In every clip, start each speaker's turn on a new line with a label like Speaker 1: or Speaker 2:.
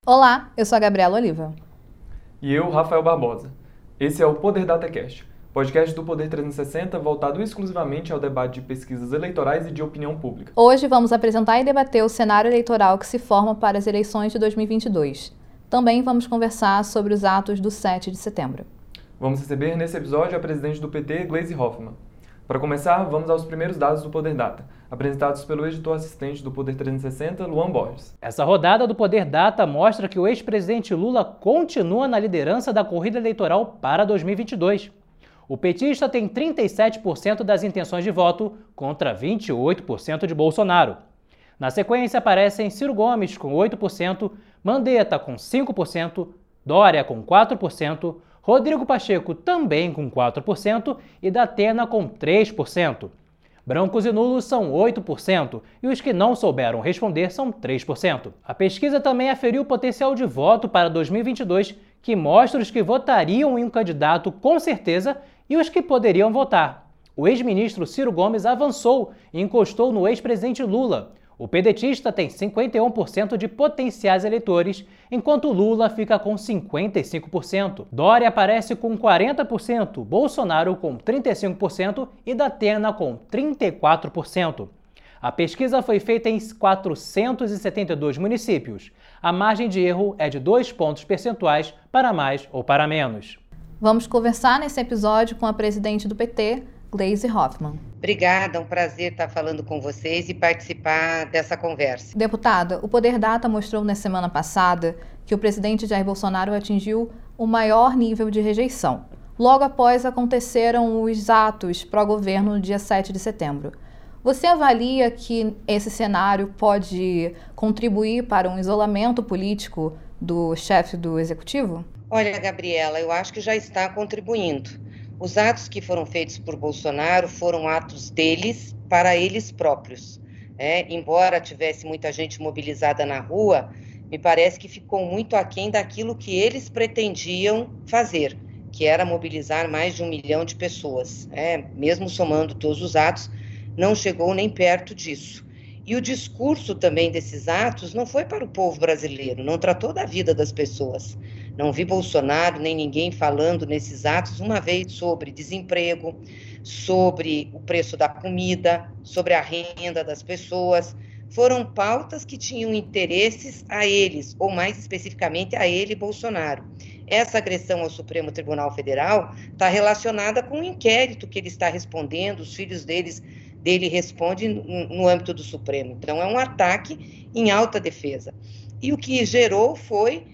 Speaker 1: Olá, eu sou a Gabriela Oliva.
Speaker 2: E eu, Rafael Barbosa. Esse é o Poder DataCast, podcast do Poder 360 voltado exclusivamente ao debate de pesquisas eleitorais e de opinião pública.
Speaker 1: Hoje vamos apresentar e debater o cenário eleitoral que se forma para as eleições de 2022. Também vamos conversar sobre os atos do 7 de setembro.
Speaker 2: Vamos receber nesse episódio a presidente do PT, Gleisi Hoffmann. Para começar, vamos aos primeiros dados do Poder Data, apresentados pelo editor-assistente do Poder 360, Luan Borges.
Speaker 3: Essa rodada do Poder Data mostra que o ex-presidente Lula continua na liderança da corrida eleitoral para 2022. O petista tem 37% das intenções de voto contra 28% de Bolsonaro. Na sequência aparecem Ciro Gomes com 8%, Mandetta com 5%, Dória com 4%, Rodrigo Pacheco também com 4% e Datena com 3%. Brancos e nulos são 8% e os que não souberam responder são 3%. A pesquisa também aferiu o potencial de voto para 2022, que mostra os que votariam em um candidato com certeza e os que poderiam votar. O ex-ministro Ciro Gomes avançou e encostou no ex-presidente Lula. O pedetista tem 51% de potenciais eleitores, enquanto Lula fica com 55%. Dória aparece com 40%, Bolsonaro com 35% e Datena com 34%. A pesquisa foi feita em 472 municípios. A margem de erro é de 2 pontos percentuais para mais ou para menos.
Speaker 1: Vamos conversar nesse episódio com a presidente do PT, Gleisi Hoffmann.
Speaker 4: Obrigada, é um prazer estar falando com vocês e participar dessa conversa.
Speaker 1: Deputada, o Poder Data mostrou na semana passada que o presidente Jair Bolsonaro atingiu o maior nível de rejeição. Logo após aconteceram os atos pró-governo no dia 7 de setembro. Você avalia que esse cenário pode contribuir para um isolamento político do chefe do executivo?
Speaker 4: Olha, Gabriela, eu acho que já está contribuindo. Os atos que foram feitos por Bolsonaro foram atos deles para eles próprios. Embora tivesse muita gente mobilizada na rua, me parece que ficou muito aquém daquilo que eles pretendiam fazer, que era mobilizar mais de 1 milhão de pessoas. Mesmo somando todos os atos, não chegou nem perto disso. E o discurso também desses atos não foi para o povo brasileiro, não tratou da vida das pessoas. Não vi Bolsonaro nem ninguém falando nesses atos uma vez sobre desemprego, sobre o preço da comida, sobre a renda das pessoas. Foram pautas que tinham interesses a eles, ou mais especificamente a ele, Bolsonaro. Essa agressão ao Supremo Tribunal Federal está relacionada com o inquérito que ele está respondendo, os filhos dele respondem no âmbito do Supremo. Então, é um ataque em alta defesa. E o que gerou foi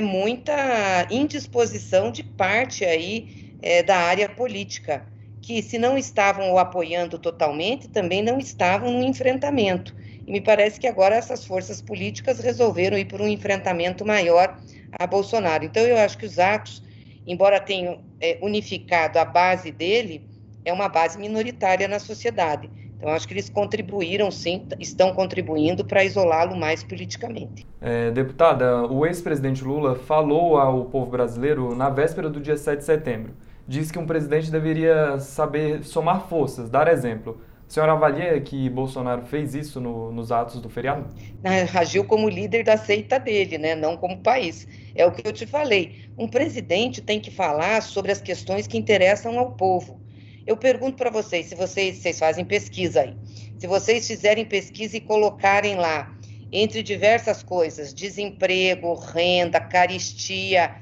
Speaker 4: muita indisposição de parte aí da área política, que se não estavam o apoiando totalmente, também não estavam no enfrentamento. E me parece que agora essas forças políticas resolveram ir por um enfrentamento maior a Bolsonaro. Então eu acho que os atos, embora tenham unificado a base dele, é uma base minoritária na sociedade. Então, acho que eles contribuíram, sim, estão contribuindo para isolá-lo mais politicamente.
Speaker 2: Deputada, o ex-presidente Lula falou ao povo brasileiro na véspera do dia 7 de setembro. Diz que um presidente deveria saber somar forças, dar exemplo. A senhora avalia que Bolsonaro fez isso nos atos do feriado?
Speaker 4: Agiu como líder da seita dele, né? Não como país. É o que eu te falei. Um presidente tem que falar sobre as questões que interessam ao povo. Eu pergunto para vocês, se vocês fazem pesquisa aí, se vocês fizerem pesquisa e colocarem lá, entre diversas coisas, desemprego, renda, caristia,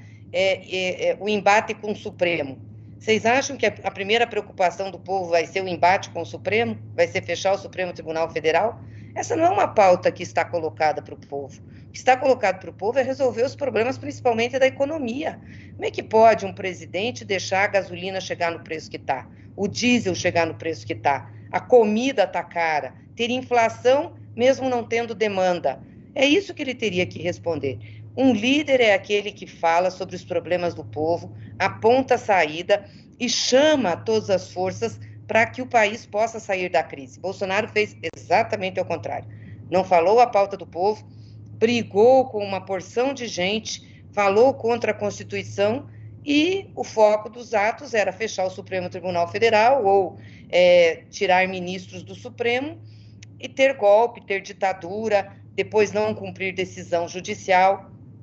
Speaker 4: o embate com o Supremo, vocês acham que a primeira preocupação do povo vai ser o embate com o Supremo? Vai ser fechar o Supremo Tribunal Federal? Essa não é uma pauta que está colocada para o povo. O que está colocado para o povo é resolver os problemas, principalmente da economia. Como é que pode um presidente deixar a gasolina chegar no preço que está? O diesel chegar no preço que está? A comida está cara? Ter inflação mesmo não tendo demanda? É isso que ele teria que responder. Um líder é aquele que fala sobre os problemas do povo, aponta a saída e chama todas as forças para que o país possa sair da crise. Bolsonaro fez exatamente ao contrário. Não falou a pauta do povo, brigou com uma porção de gente, falou contra a Constituição e o foco dos atos era fechar o Supremo Tribunal Federal ou tirar ministros do Supremo e ter golpe, ter ditadura, depois não cumprir decisão judicial.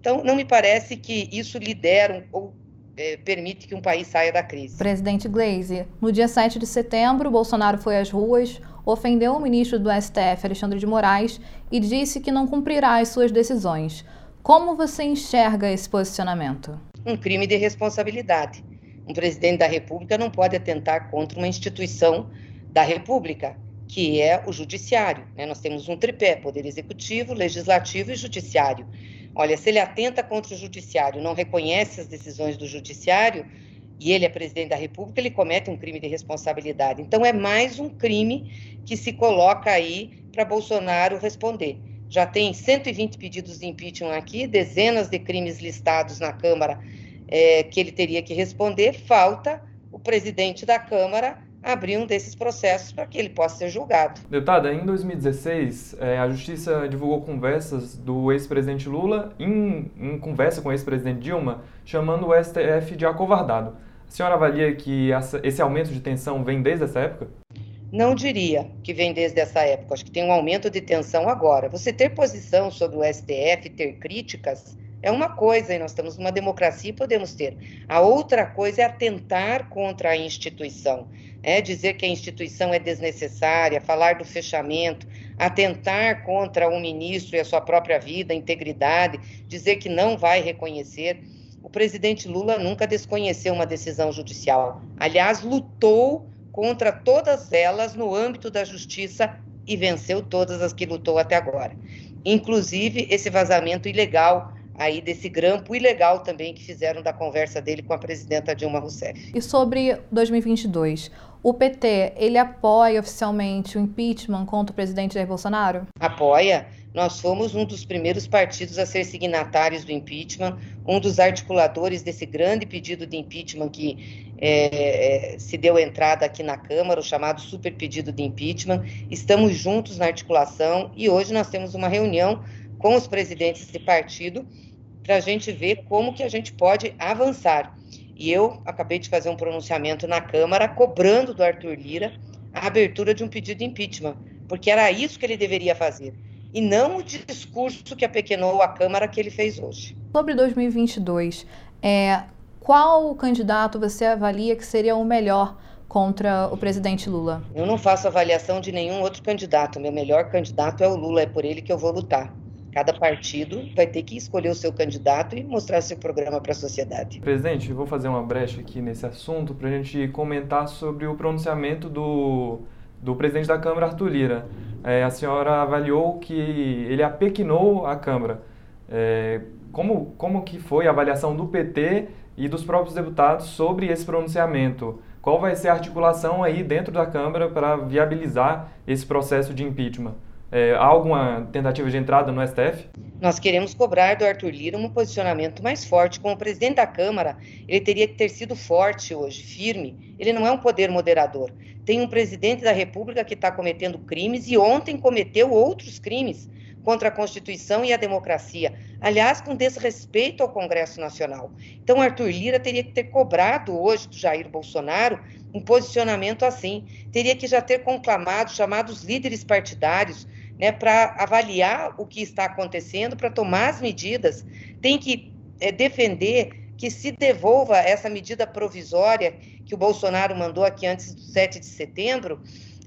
Speaker 4: Então, não me parece que isso lidera ou permite que um país saia da crise.
Speaker 1: Presidente Gleisi, no dia 7 de setembro, Bolsonaro foi às ruas, ofendeu o ministro do STF, Alexandre de Moraes, e disse que não cumprirá as suas decisões. Como você enxerga esse posicionamento?
Speaker 4: Um crime de responsabilidade. Um presidente da República não pode atentar contra uma instituição da República, que é o judiciário, né? Nós temos um tripé, poder executivo, legislativo e judiciário. Olha, se ele atenta contra o judiciário, não reconhece as decisões do judiciário, e ele é presidente da República, ele comete um crime de responsabilidade. Então, é mais um crime que se coloca aí para Bolsonaro responder. Já tem 120 pedidos de impeachment aqui, dezenas de crimes listados na Câmara que ele teria que responder. Falta o presidente da Câmara abrir um desses processos para que ele possa ser julgado.
Speaker 2: Deputada, em 2016, a Justiça divulgou conversas do ex-presidente Lula em conversa com o ex-presidente Dilma, chamando o STF de acovardado. A senhora avalia que esse aumento de tensão vem desde essa época?
Speaker 4: Não diria que vem desde essa época, acho que tem um aumento de tensão agora. Você ter posição sobre o STF, ter críticas, é uma coisa, e nós estamos numa democracia e podemos ter. A outra coisa é atentar contra a instituição, dizer que a instituição é desnecessária, falar do fechamento, atentar contra o ministro e a sua própria vida, integridade, dizer que não vai reconhecer. O presidente Lula nunca desconheceu uma decisão judicial. Aliás, lutou contra todas elas no âmbito da justiça e venceu todas as que lutou até agora. Inclusive, esse vazamento ilegal aí desse grampo ilegal também que fizeram da conversa dele com a presidenta Dilma Rousseff.
Speaker 1: E sobre 2022, o PT, ele apoia oficialmente o impeachment contra o presidente Jair Bolsonaro?
Speaker 4: Apoia. Nós fomos um dos primeiros partidos a ser signatários do impeachment, um dos articuladores desse grande pedido de impeachment que se deu entrada aqui na Câmara, o chamado super pedido de impeachment. Estamos juntos na articulação e hoje nós temos uma reunião com os presidentes de partido para a gente ver como que a gente pode avançar. E eu acabei de fazer um pronunciamento na Câmara cobrando do Arthur Lira a abertura de um pedido de impeachment, porque era isso que ele deveria fazer, e não o discurso que apequenou a Câmara que ele fez hoje.
Speaker 1: Sobre 2022, qual candidato você avalia que seria o melhor contra o presidente Lula?
Speaker 4: Eu não faço avaliação de nenhum outro candidato, meu melhor candidato é o Lula, é por ele que eu vou lutar. Cada partido vai ter que escolher o seu candidato e mostrar seu programa para a sociedade.
Speaker 2: Presidente, eu vou fazer uma brecha aqui nesse assunto para a gente comentar sobre o pronunciamento do presidente da Câmara, Arthur Lira. A senhora avaliou que ele apequinou a Câmara. Como que foi a avaliação do PT e dos próprios deputados sobre esse pronunciamento? Qual vai ser a articulação aí dentro da Câmara para viabilizar esse processo de impeachment? Há alguma tentativa de entrada no STF?
Speaker 4: Nós queremos cobrar do Arthur Lira um posicionamento mais forte. Como presidente da Câmara, ele teria que ter sido forte hoje, firme. Ele não é um poder moderador. Tem um presidente da República que está cometendo crimes e ontem cometeu outros crimes contra a Constituição e a democracia. Aliás, com desrespeito ao Congresso Nacional. Então, Arthur Lira teria que ter cobrado hoje do Jair Bolsonaro um posicionamento assim. Teria que já ter conclamado, chamado os líderes partidários, para avaliar o que está acontecendo, para tomar as medidas. Tem que defender que se devolva essa medida provisória que o Bolsonaro mandou aqui antes do 7 de setembro,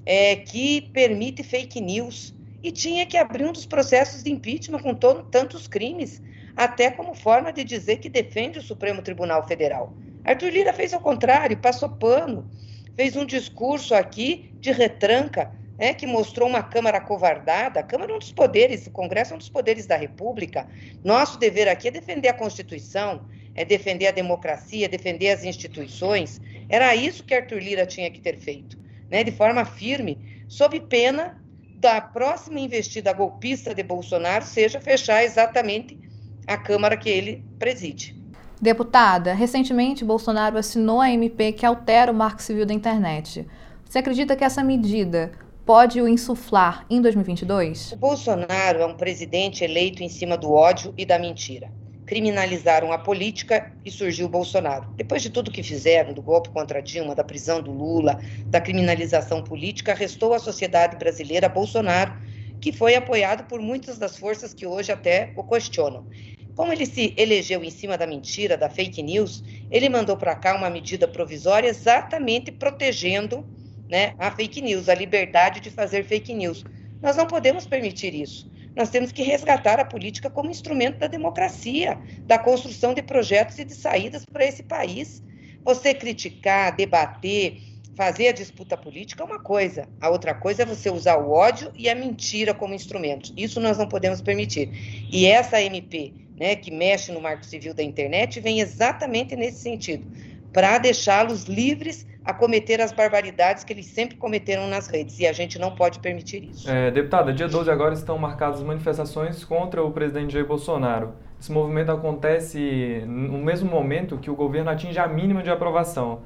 Speaker 4: que permite fake news. E tinha que abrir um dos processos de impeachment com tantos crimes, até como forma de dizer que defende o Supremo Tribunal Federal. Arthur Lira fez ao contrário, passou pano, fez um discurso aqui de retranca, que mostrou uma Câmara acovardada. A Câmara é um dos poderes, o Congresso é um dos poderes da República. Nosso dever aqui é defender a Constituição, é defender a democracia, defender as instituições. Era isso que Arthur Lira tinha que ter feito, de forma firme, sob pena da próxima investida golpista de Bolsonaro seja fechar exatamente a Câmara que ele preside.
Speaker 1: Deputada, recentemente Bolsonaro assinou a MP que altera o Marco Civil da Internet. Você acredita que essa medida pode o insuflar em 2022?
Speaker 4: O Bolsonaro é um presidente eleito em cima do ódio e da mentira. Criminalizaram a política e surgiu o Bolsonaro. Depois de tudo que fizeram, do golpe contra Dilma, da prisão do Lula, da criminalização política, restou à sociedade brasileira Bolsonaro, que foi apoiado por muitas das forças que hoje até o questionam. Como ele se elegeu em cima da mentira, da fake news, ele mandou para cá uma medida provisória exatamente protegendo, né, a fake news, a liberdade de fazer fake news. Nós não podemos permitir isso. Nós temos que resgatar a política como instrumento da democracia, da construção de projetos e de saídas para esse país. Você criticar, debater, fazer a disputa política é uma coisa. A outra coisa é você usar o ódio e a mentira como instrumentos. Isso nós não podemos permitir. E essa MP, né, que mexe no Marco Civil da internet, vem exatamente nesse sentido, para deixá-los livres a cometer as barbaridades que eles sempre cometeram nas redes, e a gente não pode permitir isso.
Speaker 2: Deputada, dia 12 agora estão marcadas manifestações contra o presidente Jair Bolsonaro. Esse movimento acontece no mesmo momento que o governo atinge a mínima de aprovação.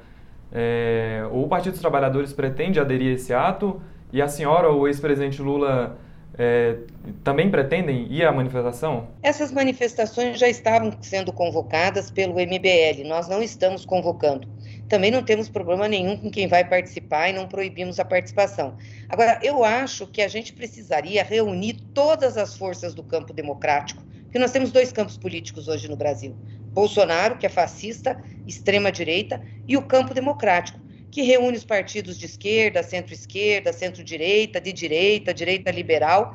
Speaker 2: O Partido dos Trabalhadores pretende aderir a esse ato, e a senhora ou o ex-presidente Lula também pretendem ir à manifestação?
Speaker 4: Essas manifestações já estavam sendo convocadas pelo MBL, nós não estamos convocando. Também não temos problema nenhum com quem vai participar e não proibimos a participação. Agora, eu acho que a gente precisaria reunir todas as forças do campo democrático, porque nós temos dois campos políticos hoje no Brasil. Bolsonaro, que é fascista, extrema-direita, e o campo democrático, que reúne os partidos de esquerda, centro-esquerda, centro-direita, de direita, direita liberal,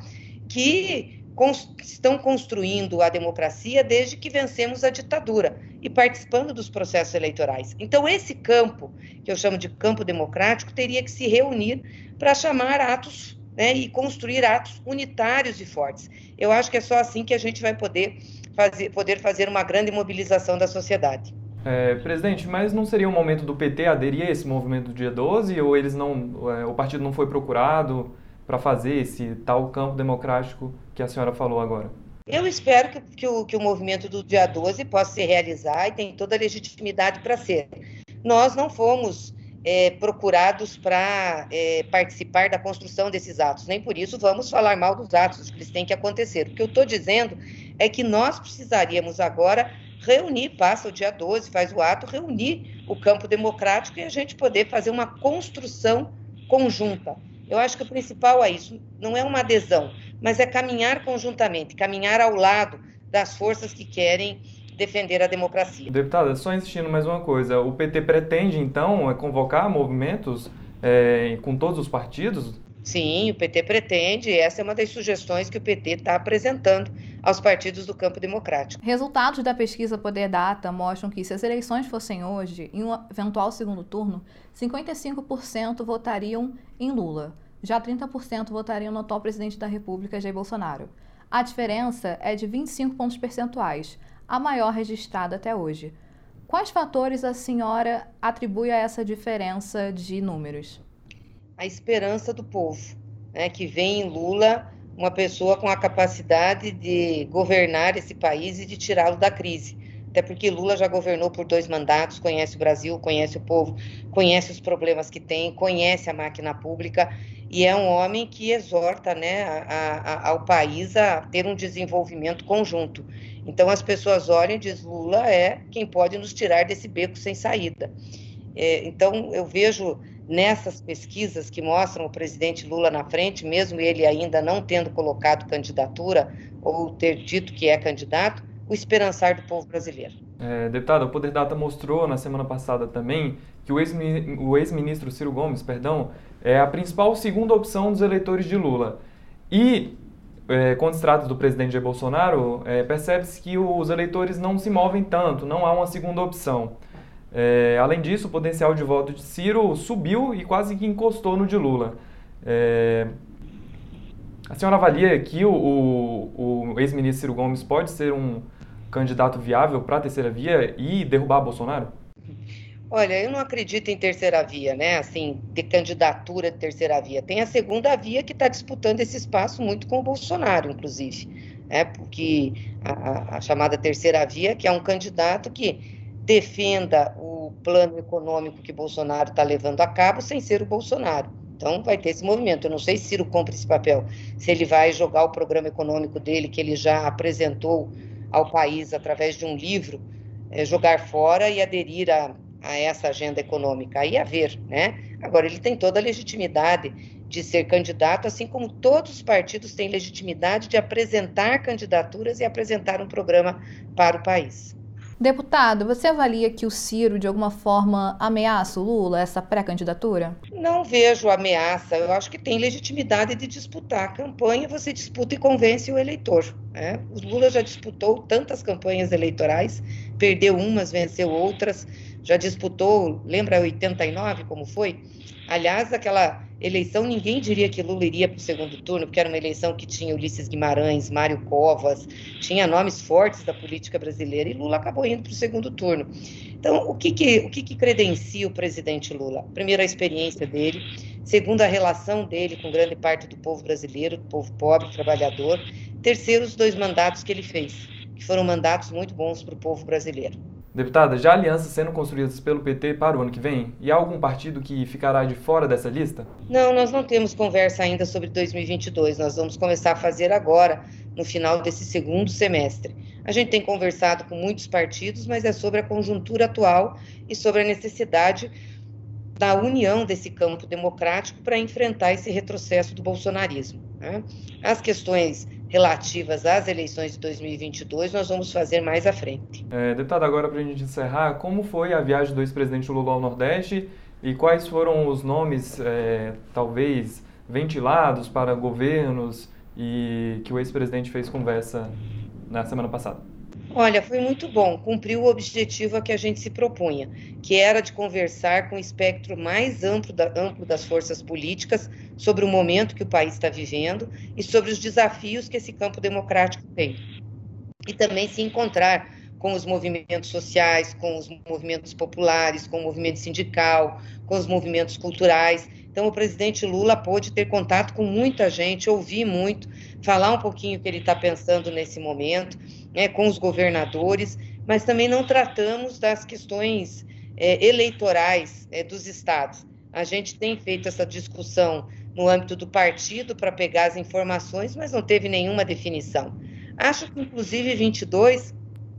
Speaker 4: que estão construindo a democracia desde que vencemos a ditadura e participando dos processos eleitorais. Então, esse campo, que eu chamo de campo democrático, teria que se reunir para chamar atos, né, e construir atos unitários e fortes. Eu acho que é só assim que a gente vai poder fazer uma grande mobilização da sociedade.
Speaker 2: Presidente, mas não seria o momento do PT aderir a esse movimento do dia 12, ou o partido não foi procurado para fazer esse tal campo democrático que a senhora falou agora?
Speaker 4: Eu espero que o movimento do dia 12 possa se realizar e tem toda a legitimidade para ser. Nós não fomos procurados para participar da construção desses atos, nem por isso vamos falar mal dos atos, que eles têm que acontecer. O que eu estou dizendo é que nós precisaríamos agora reunir, passa o dia 12, faz o ato, reunir o campo democrático e a gente poder fazer uma construção conjunta. Eu acho que o principal é isso, não é uma adesão, mas é caminhar conjuntamente, caminhar ao lado das forças que querem defender a democracia.
Speaker 2: Deputada, só insistindo mais uma coisa, o PT pretende, então, convocar movimentos com todos os partidos?
Speaker 4: Sim, o PT pretende, essa é uma das sugestões que o PT está apresentando aos partidos do campo democrático.
Speaker 1: Resultados da pesquisa Poder Data mostram que, se as eleições fossem hoje, em um eventual segundo turno, 55% votariam em Lula. Já 30% votariam no atual presidente da República, Jair Bolsonaro. A diferença é de 25 pontos percentuais, a maior registrada até hoje. Quais fatores a senhora atribui a essa diferença de números?
Speaker 4: A esperança do povo, né, que vê em Lula uma pessoa com a capacidade de governar esse país e de tirá-lo da crise. Até porque Lula já governou por 2 mandatos, conhece o Brasil, conhece o povo, conhece os problemas que tem, conhece a máquina pública e é um homem que exorta, né, ao país a ter um desenvolvimento conjunto. Então as pessoas olham e dizem, Lula é quem pode nos tirar desse beco sem saída. Então eu vejo nessas pesquisas que mostram o presidente Lula na frente, mesmo ele ainda não tendo colocado candidatura ou ter dito que é candidato, o esperançar do povo brasileiro.
Speaker 2: Deputada, o Poder Data mostrou na semana passada também que o ex-ministro Ciro Gomes, é a principal segunda opção dos eleitores de Lula. E, quando se trata do presidente Jair Bolsonaro, percebe-se que os eleitores não se movem tanto, não há uma segunda opção. Além disso, o potencial de voto de Ciro subiu e quase que encostou no de Lula. A senhora avalia que o ex-ministro Ciro Gomes pode ser um candidato viável para a terceira via e derrubar Bolsonaro?
Speaker 4: Olha, eu não acredito em terceira via, né? Assim, de candidatura de terceira via. Tem a segunda via que está disputando esse espaço muito com o Bolsonaro, inclusive. Porque a chamada terceira via, que é um candidato que defenda o plano econômico que Bolsonaro está levando a cabo sem ser o Bolsonaro. Então, vai ter esse movimento. Eu não sei se Ciro cumpre esse papel, se ele vai jogar o programa econômico dele, que ele já apresentou ao país através de um livro, jogar fora e aderir a essa agenda econômica. Aí a ver, né? Agora, ele tem toda a legitimidade de ser candidato, assim como todos os partidos têm legitimidade de apresentar candidaturas e apresentar um programa para o país.
Speaker 1: Deputado, você avalia que o Ciro, de alguma forma, ameaça o Lula, essa pré-candidatura?
Speaker 4: Não vejo ameaça, eu acho que tem legitimidade de disputar. A campanha você disputa e convence o eleitor, né? O Lula já disputou tantas campanhas eleitorais, perdeu umas, venceu outras, já disputou, lembra 89 como foi? Aliás, aquela eleição, ninguém diria que Lula iria para o segundo turno, porque era uma eleição que tinha Ulisses Guimarães, Mário Covas, tinha nomes fortes da política brasileira, e Lula acabou indo para o segundo turno. Então, o que credencia o presidente Lula? Primeiro, a experiência dele. Segundo, a relação dele com grande parte do povo brasileiro, do povo pobre, trabalhador. Terceiro, os 2 mandatos que ele fez, que foram mandatos muito bons para o povo brasileiro.
Speaker 2: Deputada, já há alianças sendo construídas pelo PT para o ano que vem? E há algum partido que ficará de fora dessa lista?
Speaker 4: Não, nós não temos conversa ainda sobre 2022. Nós vamos começar a fazer agora, no final desse segundo semestre. A gente tem conversado com muitos partidos, mas é sobre a conjuntura atual e sobre a necessidade da união desse campo democrático para enfrentar esse retrocesso do bolsonarismo, né? As questões relativas às eleições de 2022 nós vamos fazer mais à frente.
Speaker 2: Deputada, agora para a gente encerrar, como foi a viagem do ex-presidente Lula ao Nordeste e quais foram os nomes, talvez, ventilados para governos e que o ex-presidente fez conversa na semana passada?
Speaker 4: Olha, foi muito bom, cumpriu o objetivo a que a gente se propunha, que era de conversar com o espectro mais amplo das forças políticas sobre o momento que o país está vivendo e sobre os desafios que esse campo democrático tem. E também se encontrar com os movimentos sociais, com os movimentos populares, com o movimento sindical, com os movimentos culturais. Então, o presidente Lula pôde ter contato com muita gente, ouvir muito, falar um pouquinho o que ele está pensando nesse momento, né, com os governadores, mas também não tratamos das questões eleitorais dos estados. A gente tem feito essa discussão no âmbito do partido para pegar as informações, mas não teve nenhuma definição. Acho que, inclusive, 22,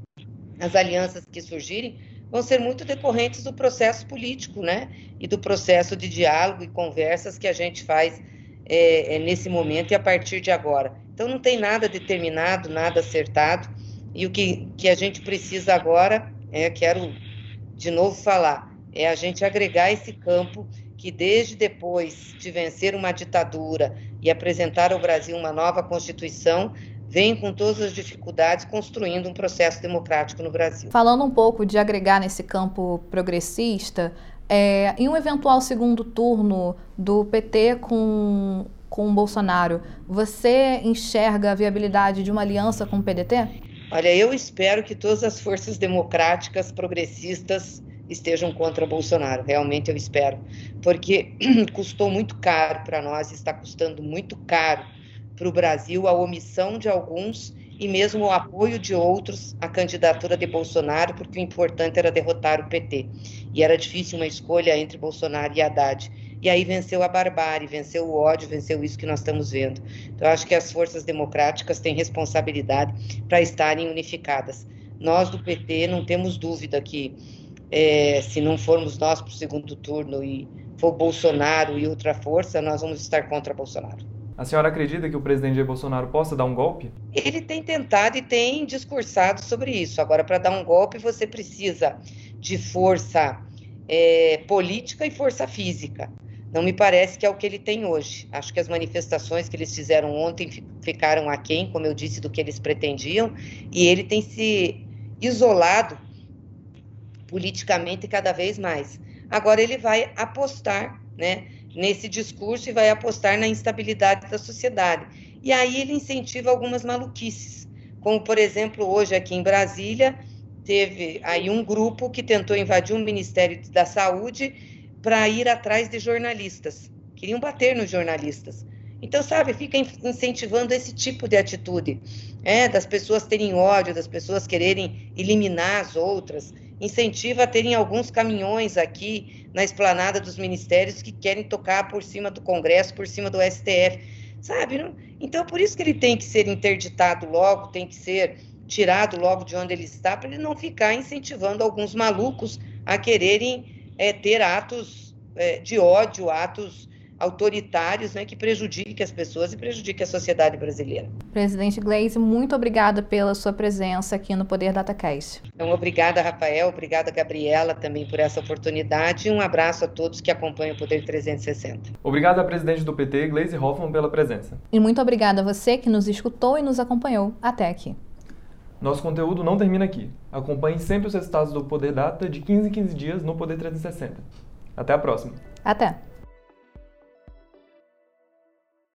Speaker 4: as alianças que surgirem vão ser muito decorrentes do processo político, né? E do processo de diálogo e conversas que a gente faz nesse momento e a partir de agora. Então, não tem nada determinado, nada acertado, e o que a gente precisa agora, quero de novo falar, é a gente agregar esse campo que desde depois de vencer uma ditadura e apresentar ao Brasil uma nova Constituição, vem com todas as dificuldades construindo um processo democrático no Brasil.
Speaker 1: Falando um pouco de agregar nesse campo progressista, em um eventual segundo turno do PT com o Bolsonaro, você enxerga a viabilidade de uma aliança com o PDT?
Speaker 4: Olha, eu espero que todas as forças democráticas progressistas estejam contra Bolsonaro, realmente eu espero, porque custou muito caro para nós, está custando muito caro para o Brasil a omissão de alguns e mesmo o apoio de outros à candidatura de Bolsonaro, porque o importante era derrotar o PT. E era difícil uma escolha entre Bolsonaro e Haddad. E aí venceu a barbárie, venceu o ódio, venceu isso que nós estamos vendo. Então, eu acho que as forças democráticas têm responsabilidade para estarem unificadas. Nós do PT não temos dúvida que, se não formos nós para o segundo turno e for Bolsonaro e outra força, nós vamos estar contra Bolsonaro.
Speaker 2: A senhora acredita que o presidente Jair Bolsonaro possa dar um golpe?
Speaker 4: Ele tem tentado e tem discursado sobre isso. Agora, para dar um golpe, você precisa de força política e força física. Não me parece que é o que ele tem hoje. Acho que as manifestações que eles fizeram ontem ficaram aquém, como eu disse, do que eles pretendiam, e ele tem se isolado politicamente cada vez mais. Agora ele vai apostar, né, nesse discurso e vai apostar na instabilidade da sociedade. E aí ele incentiva algumas maluquices, como, por exemplo, hoje aqui em Brasília, teve aí um grupo que tentou invadir o Ministério da Saúde para ir atrás de jornalistas, queriam bater nos jornalistas. Então, sabe, fica incentivando esse tipo de atitude, das pessoas terem ódio, das pessoas quererem eliminar as outras, incentiva a terem alguns caminhões aqui na esplanada dos ministérios que querem tocar por cima do Congresso, por cima do STF, sabe? Não? Então, por isso que ele tem que ser interditado logo, tem que ser tirado logo de onde ele está, para ele não ficar incentivando alguns malucos a quererem ter atos de ódio, atos autoritários, né, que prejudiquem as pessoas e prejudiquem a sociedade brasileira.
Speaker 1: Presidente Gleisi, muito obrigada pela sua presença aqui no Poder Datacast.
Speaker 4: Então, obrigada, Rafael, obrigada, Gabriela, também por essa oportunidade, e um abraço a todos que acompanham o Poder 360.
Speaker 2: Obrigado à presidente do PT, Gleisi Hoffmann, pela presença.
Speaker 1: E muito obrigada a você que nos escutou e nos acompanhou até aqui.
Speaker 2: Nosso conteúdo não termina aqui. Acompanhe sempre os resultados do Poder Data de 15 em 15 dias no Poder 360. Até a próxima.
Speaker 1: Até!